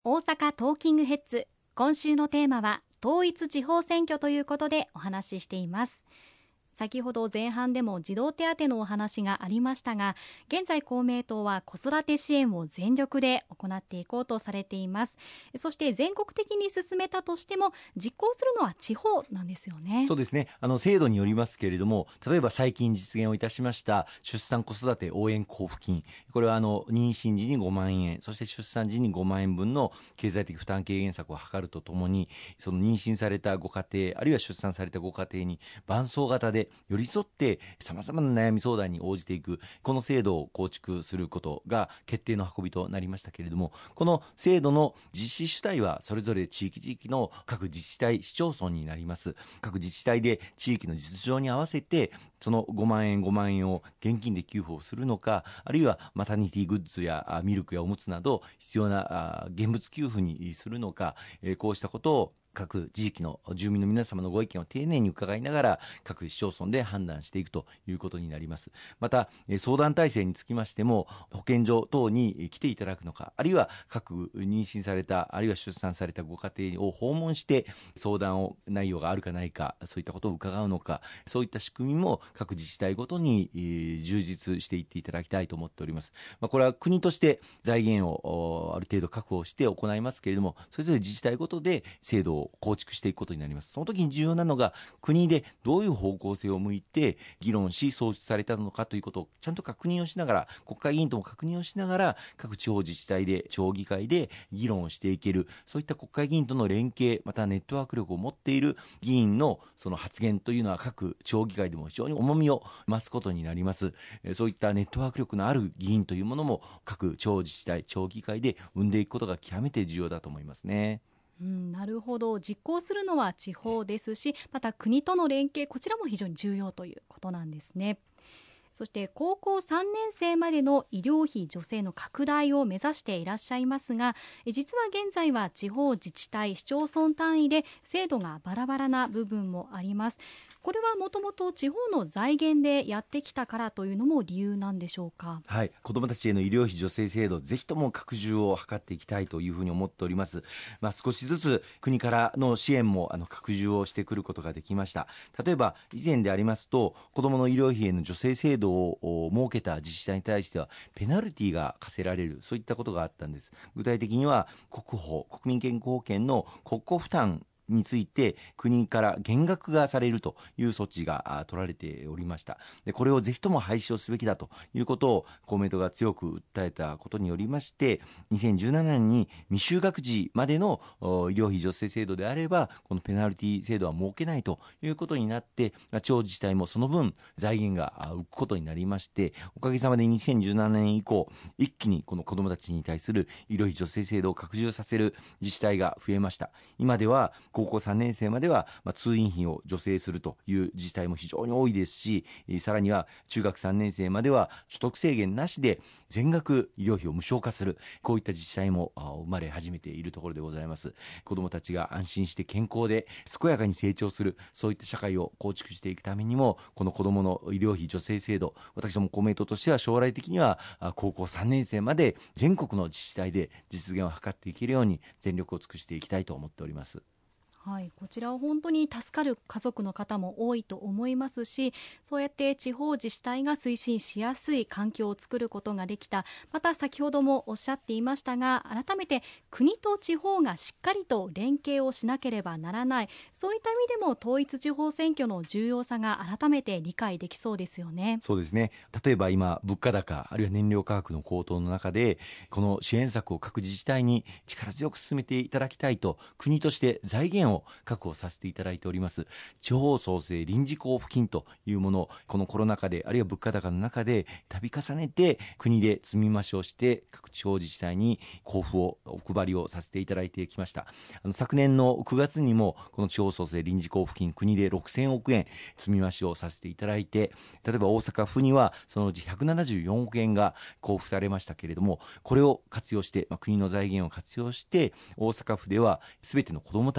大阪トーキングヘッズ、今週のテーマは統一地方選挙ということでお話ししています。先ほど前半でも児童手当のお話がありましたが、現在公明党は子育て支援を全力で行っていこうとされています。そして全国的に進めたとしても実行するのは地方なんですよね。 そうですね。制度によりますけれども、例えば最近実現をいたしました出産子育て応援交付金、これは妊娠時に5万円、そして出産時に5万円分の経済的負担軽減策を図るとともに、その妊娠されたご家庭あるいは出産されたご家庭に伴走型で寄り添ってさまざまな悩み相談に応じていく、この制度を構築することが決定の運びとなりましたけれども、この制度の実施主体はそれぞれ地域の各自治体市町村になります。各自治体で地域の実情に合わせてその5万円を現金で給付をするのか、あるいはマタニティグッズやミルクやおむつなど必要な現物給付にするのか、こうしたことを各地域の住民の皆様のご意見を丁寧に伺いながら各市町村で判断していくということになります。また相談体制につきましても、保健所等に来ていただくのか、あるいは各妊娠されたあるいは出産されたご家庭を訪問して相談内容があるかないか、そういったことを伺うのか、そういった仕組みも各自治体ごとに充実していっていただきたいと思っております。これは国として財源をある程度確保して行いますけれども、それぞれ自治体ごとで制度を構築していくことになります。その時に重要なのが、国でどういう方向性を向いて議論し創出されたのかということをちゃんと確認をしながら、国会議員とも確認をしながら各地方自治体で地方議会で議論をしていける、そういった国会議員との連携、またネットワーク力を持っている議員のその発言というのは各地方議会でも非常に重みを増すことになります。そういったネットワーク力のある議員というものも各地方自治体地方議会で生んでいくことが極めて重要だと思いますね。 なるほど。実行するのは地方ですし、また国との連携、こちらも非常に重要ということなんですね。そして高校3年生までの医療費助成の拡大を目指していらっしゃいますが、実は現在は地方自治体市町村単位で制度がバラバラな部分もあります。これはもともと地方の財源でやってきたからというのも理由なんでしょうか。 はい、子どもたちへの医療費助成制度、ぜひとも拡充を図っていきたいというふうに思っております。少しずつ国からの支援も拡充をしてくることができました。例えば以前でありますと、子どもの医療費への助成制度を設けた自治体に対してはペナルティが課せられる、そういったことがあったんです。具体的には国保、国民健康保険の国庫負担について国から減額がされるという措置が取られておりました。でこれをぜひとも廃止をすべきだということを公明党が強く訴えたことによりまして、2017年に未就学児までの医療費助成制度であればこのペナルティ制度は設けないということになって、地方自治体もその分財源が浮くことになりまして、おかげさまで2017年以降一気にこの子どもたちに対する医療費助成制度を拡充させる自治体が増えました。今では高校3年生までは通院費を助成するという自治体も非常に多いですし、さらには中学3年生までは所得制限なしで全額医療費を無償化する、こういった自治体も生まれ始めているところでございます。子どもたちが安心して健康で健やかに成長する、そういった社会を構築していくためにも、この子どもの医療費助成制度、私ども公明党としては将来的には高校3年生まで全国の自治体で実現を図っていけるように全力を尽くしていきたいと思っております。 はい、こちらは本当に助かる家族の方も多いと思いますし、そうやって地方自治体が推進しやすい環境を作ることができた。また先ほどもおっしゃっていましたが、改めて国と地方がしっかりと連携をしなければならない、そういった意味でも統一地方選挙の重要さが改めて理解できそうですよね。 そうですね。例えば今物価高あるいは燃料価格の高騰の中で、この支援策を各自治体に力強く進めていただきたいと、国として財源を確保させていただいております。地方創生臨時交付金というものをこのコロナ禍であるいは物価高の中で度重ねて国で積み増しをして各地方自治体に交付をお配りをさせていただいてきました。昨年の9月にもこの地方創生臨時交付金、国で6000億円積み増しをさせていただいて、例えば大阪府にはそのうち174億円が交付されましたけれども、これを活用して、国の財源を活用して大阪府では全ての子どもたちに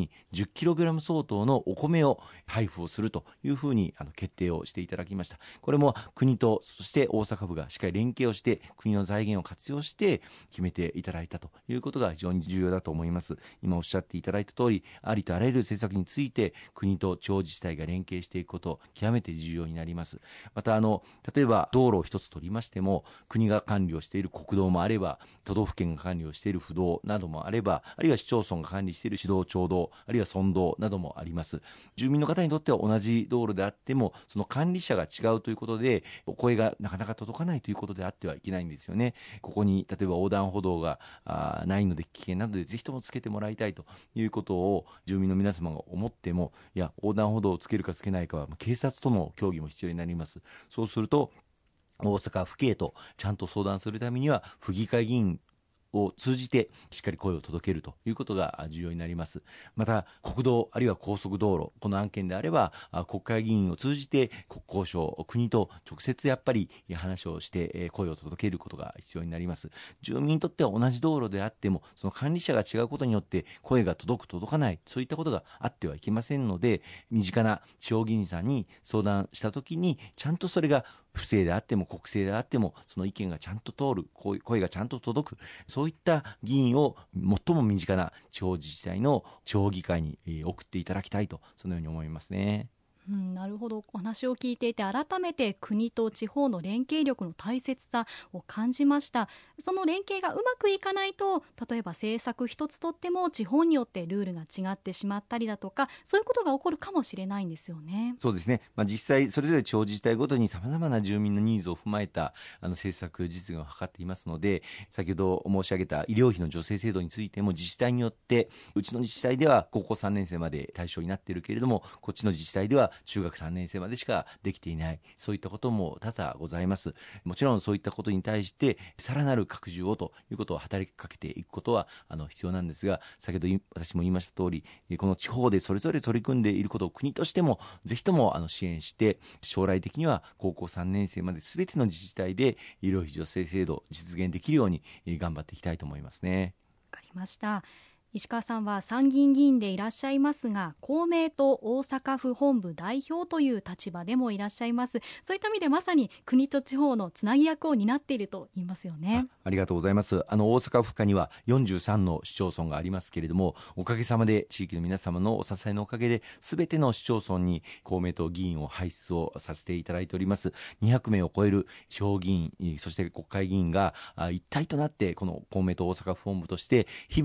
に 10kg 相当のお米を配布をするというふうに決定をしていただきました。これも国とそして大阪府がしっかり連携をして国の財源を活用して決めていただいたということが非常に重要だと思います。今おっしゃっていただいた通り、ありとあらゆる政策について国と地方自治体が連携していくこと、極めて重要になります。また例えば道路を一つ取りましても、国が管理をしている国道もあれば、都道府県が管理をしている府道などもあれば、あるいは市町村が管理している市道、町道、あるいは村道などもあります。住民の方にとっては同じ道路であっても、その管理者が違うということでお声がなかなか届かないということであってはいけないんですよね。ここに例えば横断歩道がないので危険なのでぜひともつけてもらいたいということを住民の皆様が思っても、いや横断歩道をつけるかつけないかは警察との協議も必要になります。そうすると大阪府警とちゃんと相談するためには府議会議員を通じてしっかり声を届けるということが重要になります。また国道あるいは高速道路、この案件であれば国会議員を通じて国交省、国と直接やっぱり話をして声を届けることが必要になります。住民にとっては同じ道路であっても、その管理者が違うことによって声が届く届かない、そういったことがあってはいけませんので、身近な地方議員さんに相談したときにちゃんとそれが府政であっても国政であってもその意見がちゃんと通る、声がちゃんと届く、そういった議員を最も身近な地方自治体の地方議会に送っていただきたいと、そのように思いますね。 なるほど。お話を聞いていて改めて国と地方の連携力の大切さを感じました。その連携がうまくいかないと、例えば政策一つとっても地方によってルールが違ってしまったりだとか、そういうことが起こるかもしれないんですよね。 そうですね、実際それぞれ地方自治体ごとにさまざまな住民のニーズを踏まえた政策実現を図っていますので、先ほど申し上げた医療費の助成制度についても自治体によって、うちの自治体では高校3年生まで対象になっているけれども、こっちの自治体では中学3年生までしかできていない、そういったことも多々ございます。もちろんそういったことに対してさらなる拡充をということを働きかけていくことは必要なんですが、先ほど私も言いました通り、この地方でそれぞれ取り組んでいることを国としてもぜひとも支援して、将来的には高校3年生まで全ての自治体で医療費助成制度実現できるように頑張っていきたいと思いますね。 わかりました。石川さんは参議院議員でいらっしゃいますが、公明党大阪府本部代表という立場でもいらっしゃいます。そういった意味でまさに国と地方のつなぎ役を担っていると言いますよね。 ありがとうございます。大阪府下には43の市町村がありますけれども、おかげさまで地域の皆様のお支えのおかげで全ての市町村に公明党議員を輩出をさせていただいております。200名を超える地方議員、そして国会議員が一体となってこの公明党大阪府本部として日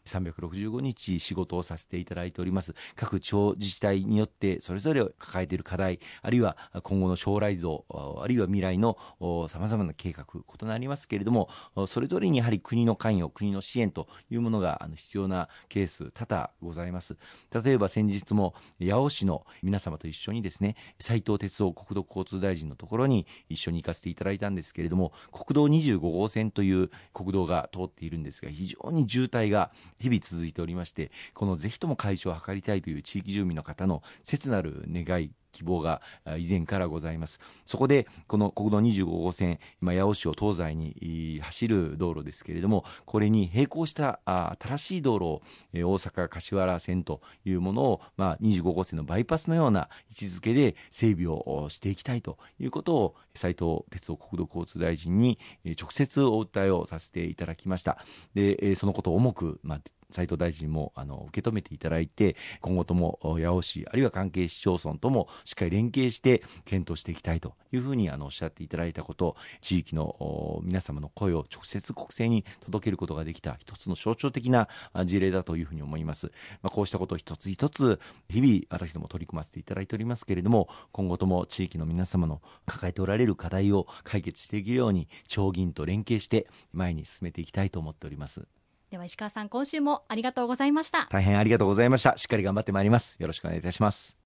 々365日仕事をさせていただいております。各地方自治体によってそれぞれ抱えている課題、あるいは今後の将来像、あるいは未来のさまざまな計画、異なりますけれども、それぞれにやはり国の関与、国の支援というものが必要なケース多々ございます。例えば先日も八尾市の皆様と一緒にですね、斉藤鉄夫国土交通大臣のところに一緒に行かせていただいたんですけれども、国道25号線という国道が通っているんですが、非常に渋滞が日々続いておりまして、このぜひとも解消を図りたいという地域住民の方の切なる願い、希望が以前からございます。そこでこの国道25号線、八尾市を東西に走る道路ですけれども、これに並行した新しい道路を大阪柏原線というものを、25号線のバイパスのような位置づけで整備をしていきたいということを斉藤鉄夫国土交通大臣に直接お訴えをさせていただきました。でそのことを重く斉藤大臣も受け止めていただいて、今後とも八尾市あるいは関係市町村ともしっかり連携して検討していきたいというふうにおっしゃっていただいたこと、地域の皆様の声を直接国政に届けることができた一つの象徴的な事例だというふうに思います。こうしたことを一つ一つ日々私ども取り組ませていただいておりますけれども、今後とも地域の皆様の抱えておられる課題を解決していくように地方議員と連携して前に進めていきたいと思っております。 では石川さん、今週もありがとうございました。 大変ありがとうございました。しっかり頑張ってまいります。よろしくお願いいたします。